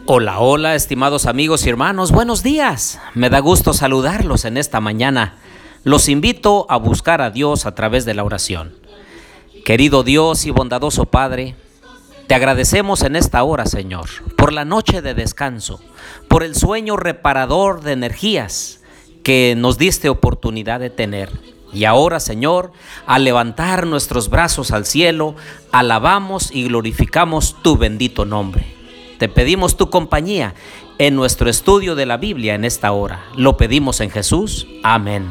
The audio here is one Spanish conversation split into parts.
Hola, hola, estimados amigos y hermanos, buenos días. Me da gusto saludarlos en esta mañana. Los invito a buscar a Dios a través de la oración. Querido Dios y bondadoso Padre, te agradecemos en esta hora, Señor, por la noche de descanso, por el sueño reparador de energías que nos diste oportunidad de tener. Y ahora, Señor, al levantar nuestros brazos al cielo, alabamos y glorificamos tu bendito nombre. Te pedimos tu compañía en nuestro estudio de la Biblia en esta hora. Lo pedimos en Jesús. Amén.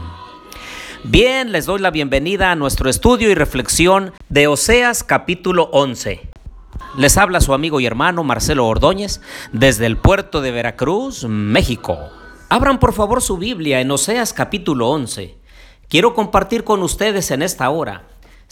Bien, les doy la bienvenida a nuestro estudio y reflexión de Oseas capítulo 11. Les habla su amigo y hermano Marcelo Ordóñez desde el puerto de Veracruz, México. Abran por favor su Biblia en Oseas capítulo 11. Quiero compartir con ustedes en esta hora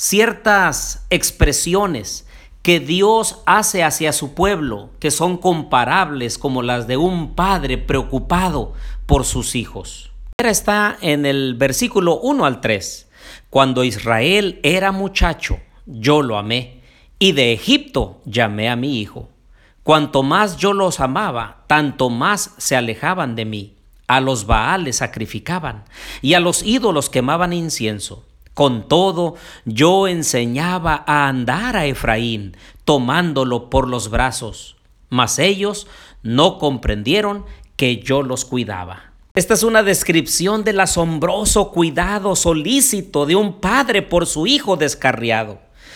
ciertas expresiones que Dios hace hacia su pueblo, que son comparables como las de un padre preocupado por sus hijos. Está en el versículo 1 al 3. Cuando Israel era muchacho, yo lo amé, y de Egipto llamé a mi hijo. Cuanto más yo los amaba, tanto más se alejaban de mí. A los Baales sacrificaban, y a los ídolos quemaban incienso. Con todo, yo enseñaba a andar a Efraín, tomándolo por los brazos, mas ellos no comprendieron que yo los cuidaba. Esta es una descripción del asombroso cuidado solícito de un padre por su hijo descarriado,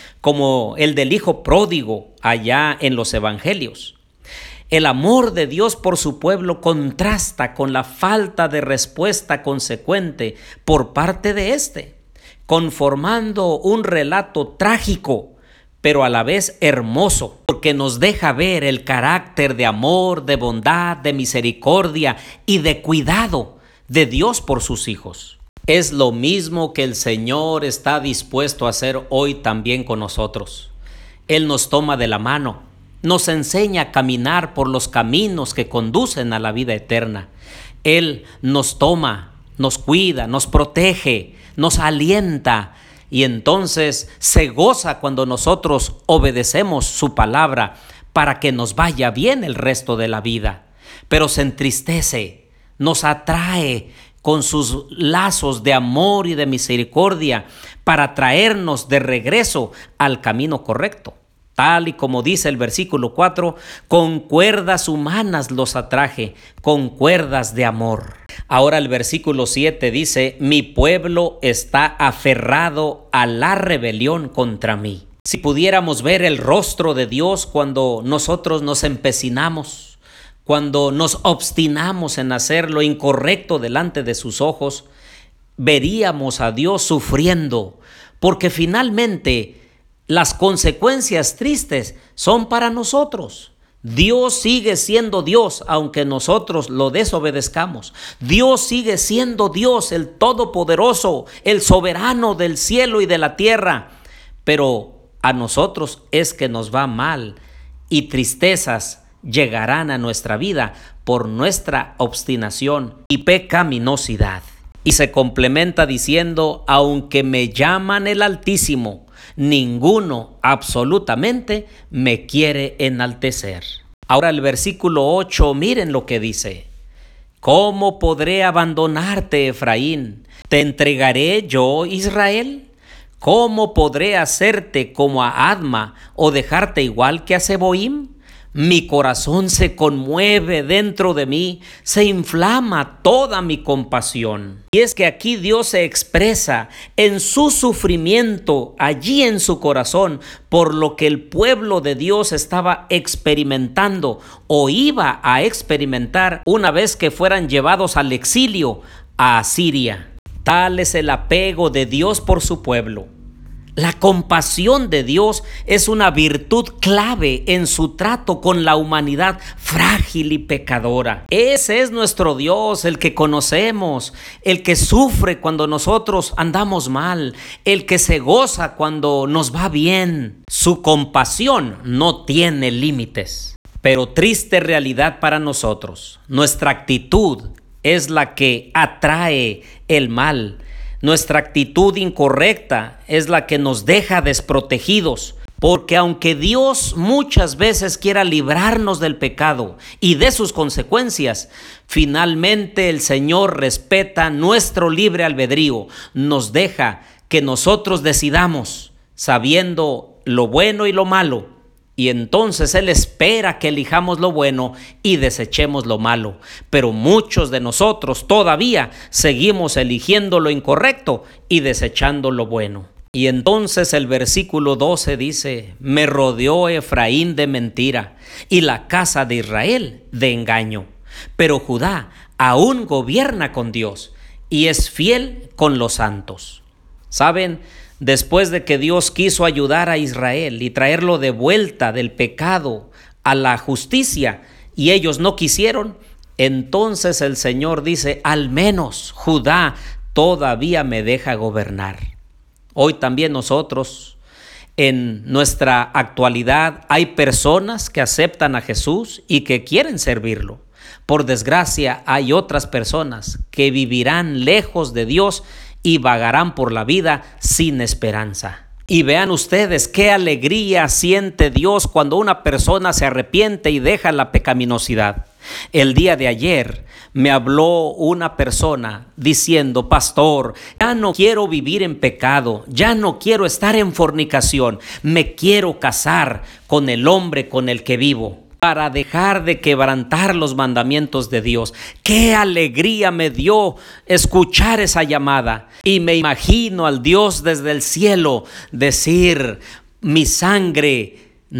como el del hijo pródigo allá en los evangelios. El amor de Dios por su pueblo contrasta con la falta de respuesta consecuente por parte de éste, conformando un relato trágico, pero a la vez hermoso, porque nos deja ver el carácter de amor, de bondad, de misericordia y de cuidado de Dios por sus hijos. Es lo mismo que el Señor está dispuesto a hacer hoy también con nosotros. Él nos toma de la mano, nos enseña a caminar por los caminos que conducen a la vida eterna. Él nos toma, nos cuida, nos protege, nos alienta, y entonces se goza cuando nosotros obedecemos su palabra para que nos vaya bien el resto de la vida. Pero se entristece, nos atrae con sus lazos de amor y de misericordia para traernos de regreso al camino correcto. Tal y como dice el versículo 4, con cuerdas humanas los atraje, con cuerdas de amor. Ahora el versículo 7 dice, mi pueblo está aferrado a la rebelión contra mí. Si pudiéramos ver el rostro de Dios cuando nosotros nos empecinamos, cuando nos obstinamos en hacer lo incorrecto delante de sus ojos, veríamos a Dios sufriendo, porque finalmente las consecuencias tristes son para nosotros. Dios sigue siendo Dios, aunque nosotros lo desobedezcamos. Dios sigue siendo Dios, el Todopoderoso, el soberano del cielo y de la tierra. Pero a nosotros es que nos va mal y tristezas llegarán a nuestra vida por nuestra obstinación y pecaminosidad. Y se complementa diciendo, aunque me llaman el Altísimo, ninguno absolutamente me quiere enaltecer. Ahora el versículo 8, miren lo que dice. ¿Cómo podré abandonarte, Efraín? ¿Te entregaré yo, Israel? ¿Cómo podré hacerte como a Adma o dejarte igual que a Zeboim? Mi corazón se conmueve dentro de mí, se inflama toda mi compasión. Y es que aquí Dios se expresa en su sufrimiento, allí en su corazón, por lo que el pueblo de Dios estaba experimentando o iba a experimentar una vez que fueran llevados al exilio a Asiria. Tal es el apego de Dios por su pueblo. La compasión de Dios es una virtud clave en su trato con la humanidad frágil y pecadora. Ese es nuestro Dios, el que conocemos, el que sufre cuando nosotros andamos mal, el que se goza cuando nos va bien. Su compasión no tiene límites. Pero triste realidad para nosotros, nuestra actitud es la que atrae el mal. Nuestra actitud incorrecta es la que nos deja desprotegidos Porque aunque Dios muchas veces quiera librarnos del pecado y de sus consecuencias, finalmente el Señor respeta nuestro libre albedrío, nos deja que nosotros decidamos, sabiendo lo bueno y lo malo, y entonces Él espera que elijamos lo bueno y desechemos lo malo. Pero muchos de nosotros todavía seguimos eligiendo lo incorrecto y desechando lo bueno. Y entonces el versículo 12 dice: me rodeó Efraín de mentira y la casa de Israel de engaño. Pero Judá aún gobierna con Dios y es fiel con los santos. ¿Saben? Después de que Dios quiso ayudar a Israel y traerlo de vuelta del pecado a la justicia, y ellos no quisieron, entonces el Señor dice: al menos Judá todavía me deja gobernar. Hoy también nosotros, en nuestra actualidad, hay personas que aceptan a Jesús y que quieren servirlo. Por desgracia, hay otras personas que vivirán lejos de Dios y vagarán por la vida sin esperanza. Y vean ustedes qué alegría siente Dios cuando una persona se arrepiente y deja la pecaminosidad. El día de ayer me habló una persona diciendo: pastor, ya no quiero vivir en pecado, ya no quiero estar en fornicación, me quiero casar con el hombre con el que vivo, para dejar de quebrantar los mandamientos de Dios. ¡Qué alegría me dio escuchar esa llamada! Y me imagino al Dios desde el cielo decir: mi sangre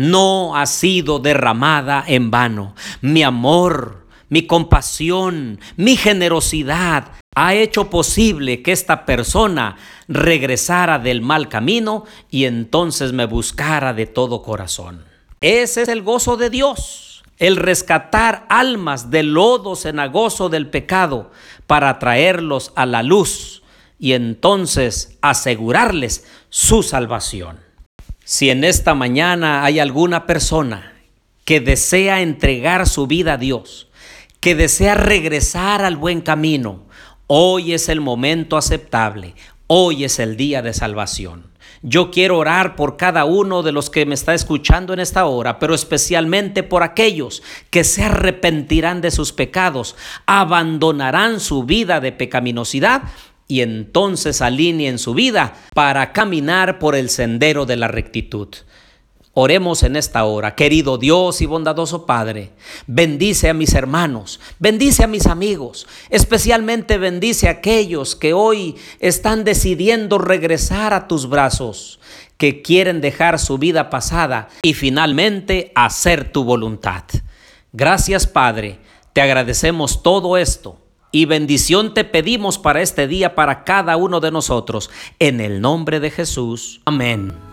no ha sido derramada en vano. Mi amor, mi compasión, mi generosidad ha hecho posible que esta persona regresara del mal camino y entonces me buscara de todo corazón. Ese es el gozo de Dios, el rescatar almas del lodo cenagoso del pecado para traerlos a la luz y entonces asegurarles su salvación. Si en esta mañana hay alguna persona que desea entregar su vida a Dios, que desea regresar al buen camino, hoy es el momento aceptable, hoy es el día de salvación. Yo quiero orar por cada uno de los que me está escuchando en esta hora, pero especialmente por aquellos que se arrepentirán de sus pecados, abandonarán su vida de pecaminosidad y entonces alineen su vida para caminar por el sendero de la rectitud. Oremos en esta hora. Querido Dios y bondadoso Padre, bendice a mis hermanos, bendice a mis amigos, especialmente bendice a aquellos que hoy están decidiendo regresar a tus brazos, que quieren dejar su vida pasada y finalmente hacer tu voluntad. Gracias, Padre, te agradecemos todo esto y bendición te pedimos para este día, para cada uno de nosotros, en el nombre de Jesús. Amén.